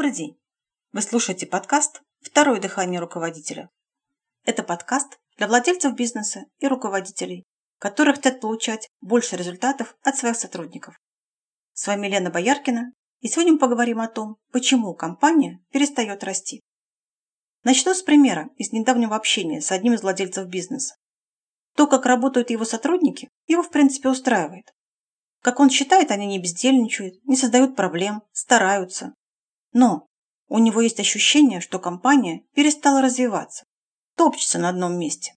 Добрый день! Вы слушаете подкаст «Второе дыхание руководителя». Это подкаст для владельцев бизнеса и руководителей, которые хотят получать больше результатов от своих сотрудников. С вами Лена Бояркина, и сегодня мы поговорим о том, почему компания перестает расти. Начну с примера из недавнего общения с одним из владельцев бизнеса. То, как работают его сотрудники, его в принципе устраивает. Как он считает, они не бездельничают, не создают проблем, стараются. Но у него есть ощущение, что компания перестала развиваться, топчется на одном месте.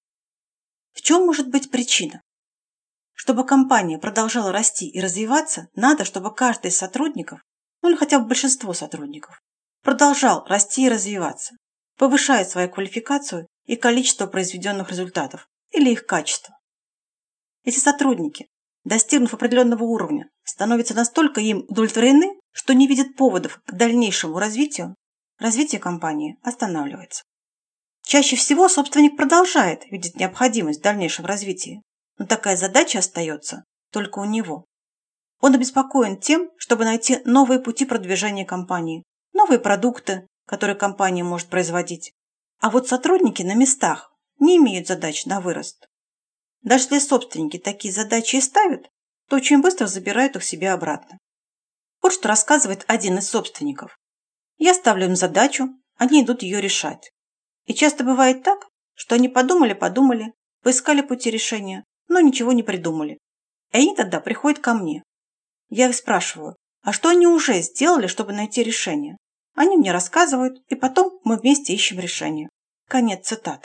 В чем может быть причина? Чтобы компания продолжала расти и развиваться, надо, чтобы каждый из сотрудников, или хотя бы большинство сотрудников, продолжал расти и развиваться, повышая свою квалификацию и количество произведенных результатов или их качество. Эти сотрудники, достигнув определенного уровня, становятся настолько им удовлетворены, что не видят поводов к дальнейшему развитию, развитие компании останавливается. Чаще всего собственник продолжает видеть необходимость в дальнейшем развитии, но такая задача остается только у него. Он обеспокоен тем, чтобы найти новые пути продвижения компании, новые продукты, которые компания может производить. А вот сотрудники на местах не имеют задач на вырост. Даже если собственники такие задачи и ставят, то очень быстро забирают их себе обратно. Вот что рассказывает один из собственников. Я ставлю им задачу, они идут ее решать. И часто бывает так, что они подумали, поискали пути решения, но ничего не придумали. И они тогда приходят ко мне. Я их спрашиваю, а что они уже сделали, чтобы найти решение? Они мне рассказывают, и потом мы вместе ищем решение. Конец цитаты.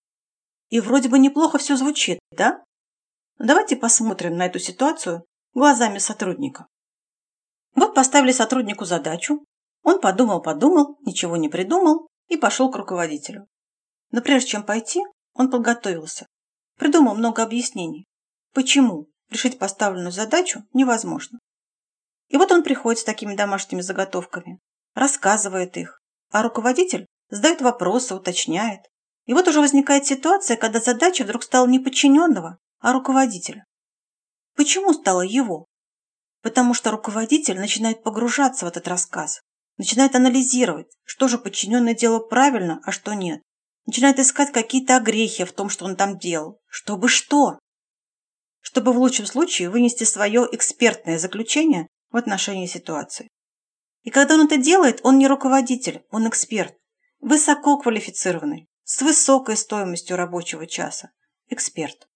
И вроде бы неплохо все звучит, да? Но давайте посмотрим на эту ситуацию глазами сотрудника. Вот поставили сотруднику задачу, он подумал, ничего не придумал и пошел к руководителю. Но прежде чем пойти, он подготовился, придумал много объяснений, почему решить поставленную задачу невозможно. И вот он приходит с такими домашними заготовками, рассказывает их, а руководитель задает вопросы, уточняет. И вот уже возникает ситуация, когда задача вдруг стала не подчиненного, а руководителя. Почему стала его? Потому что руководитель начинает погружаться в этот рассказ, начинает анализировать, что же подчиненный делал правильно, а что нет. Начинает искать какие-то огрехи в том, что он там делал. Чтобы что? Чтобы в лучшем случае вынести свое экспертное заключение в отношении ситуации. И когда он это делает, он не руководитель, он эксперт. Высоко квалифицированный, с высокой стоимостью рабочего часа. Эксперт.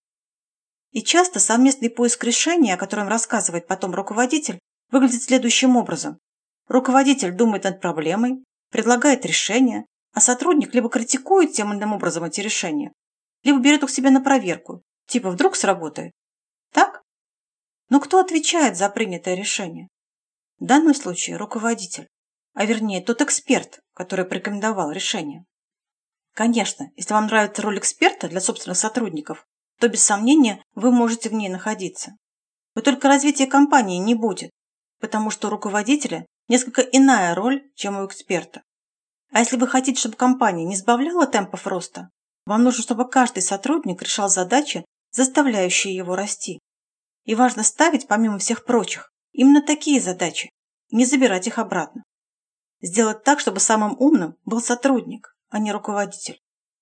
И часто совместный поиск решения, о котором рассказывает потом руководитель, выглядит следующим образом. Руководитель думает над проблемой, предлагает решение, а сотрудник либо критикует тем или иным образом эти решения, либо берет их к себе на проверку, типа вдруг сработает. Так? Но кто отвечает за принятое решение? В данном случае руководитель, а вернее тот эксперт, который порекомендовал решение. Конечно, если вам нравится роль эксперта для собственных сотрудников, то без сомнения вы можете в ней находиться. Но только развития компании не будет, потому что у руководителя несколько иная роль, чем у эксперта. А если вы хотите, чтобы компания не сбавляла темпов роста, вам нужно, чтобы каждый сотрудник решал задачи, заставляющие его расти. И важно ставить, помимо всех прочих, именно такие задачи, и не забирать их обратно. Сделать так, чтобы самым умным был сотрудник, а не руководитель.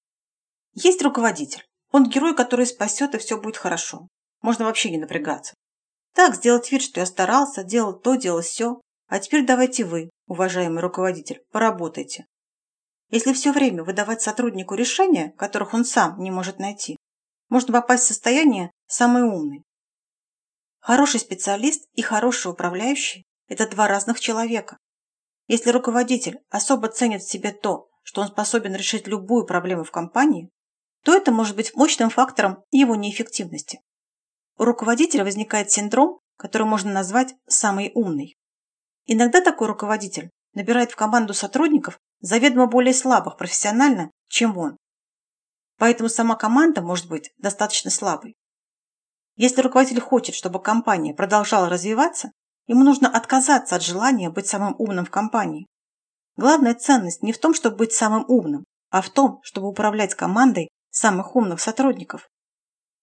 Есть руководитель. Он герой, который спасет, и все будет хорошо. Можно вообще не напрягаться. Так, сделать вид, что я старался, делал то, делал сё. А теперь давайте вы, уважаемый руководитель, поработайте. Если все время выдавать сотруднику решения, которых он сам не может найти, можно попасть в состояние «самый умный». Хороший специалист и хороший управляющий – это два разных человека. Если руководитель особо ценит в себе то, что он способен решить любую проблему в компании, то это может быть мощным фактором его неэффективности. У руководителя возникает синдром, который можно назвать «самый умный». Иногда такой руководитель набирает в команду сотрудников заведомо более слабых профессионально, чем он. Поэтому сама команда может быть достаточно слабой. Если руководитель хочет, чтобы компания продолжала развиваться, ему нужно отказаться от желания быть самым умным в компании. Главная ценность не в том, чтобы быть самым умным, а в том, чтобы управлять командой самых умных сотрудников.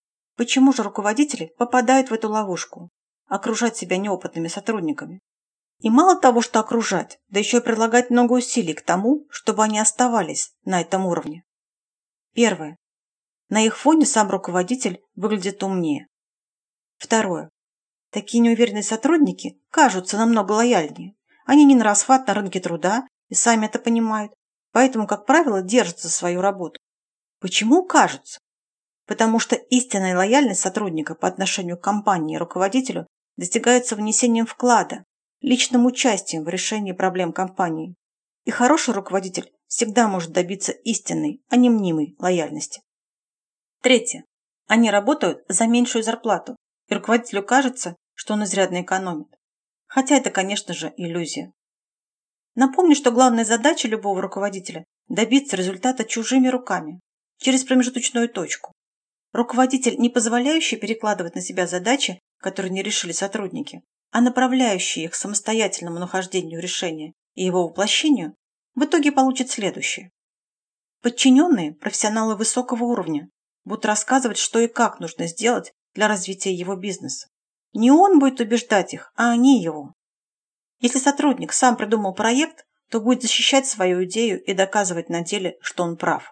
Почему же руководители попадают в эту ловушку – окружать себя неопытными сотрудниками? И мало того, что окружать, да еще и прилагать много усилий к тому, чтобы они оставались на этом уровне. Первое. На их фоне сам руководитель выглядит умнее. Второе. Такие неуверенные сотрудники кажутся намного лояльнее. Они не на расхват на рынке труда и сами это понимают, поэтому, как правило, держатся за свою работу. Почему кажутся? Потому что истинная лояльность сотрудника по отношению к компании и руководителю достигается внесением вклада, личным участием в решении проблем компании. И хороший руководитель всегда может добиться истинной, а не мнимой лояльности. Третье. Они работают за меньшую зарплату, и руководителю кажется, что он изрядно экономит. Хотя это, конечно же, иллюзия. Напомню, что главная задача любого руководителя – добиться результата чужими руками, через промежуточную точку. Руководитель, не позволяющий перекладывать на себя задачи, которые не решили сотрудники, а направляющий их к самостоятельному нахождению решения и его воплощению, в итоге получит следующее. Подчиненные, профессионалы высокого уровня, будут рассказывать, что и как нужно сделать для развития его бизнеса. Не он будет убеждать их, а они его. Если сотрудник сам придумал проект, то будет защищать свою идею и доказывать на деле, что он прав.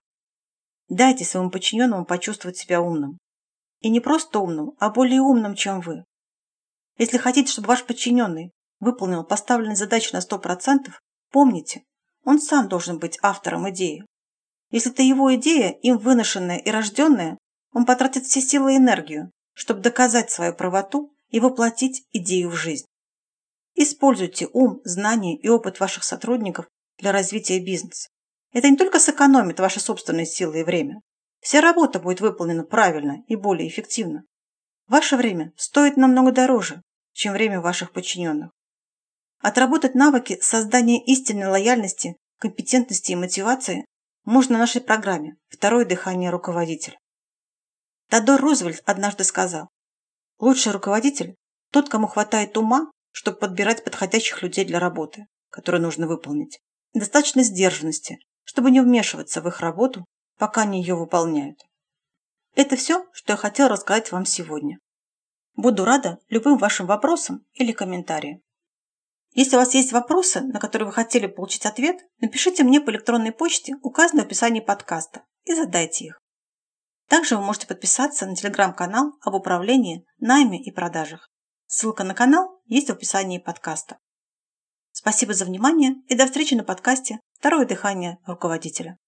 Дайте своему подчиненному почувствовать себя умным. И не просто умным, а более умным, чем вы. Если хотите, чтобы ваш подчиненный выполнил поставленные задачи на 100%, помните, он сам должен быть автором идеи. Если это его идея, им выношенная и рожденная, он потратит все силы и энергию, чтобы доказать свою правоту и воплотить идею в жизнь. Используйте ум, знания и опыт ваших сотрудников для развития бизнеса. Это не только сэкономит ваши собственные силы и время. Вся работа будет выполнена правильно и более эффективно. Ваше время стоит намного дороже, чем время ваших подчиненных. Отработать навыки создания истинной лояльности, компетентности и мотивации можно в нашей программе «Второе дыхание руководителя». Теодор Рузвельт однажды сказал: «Лучший руководитель – тот, кому хватает ума, чтобы подбирать подходящих людей для работы, которую нужно выполнить, и достаточно сдержанности, чтобы не вмешиваться в их работу, пока они ее выполняют». Это все, что я хотела рассказать вам сегодня. Буду рада любым вашим вопросам или комментариям. Если у вас есть вопросы, на которые вы хотели получить ответ, напишите мне по электронной почте, указанной в описании подкаста, и задайте их. Также вы можете подписаться на телеграм-канал об управлении, найме и продажах. Ссылка на канал есть в описании подкаста. Спасибо за внимание и до встречи на подкасте «Второе дыхание руководителя».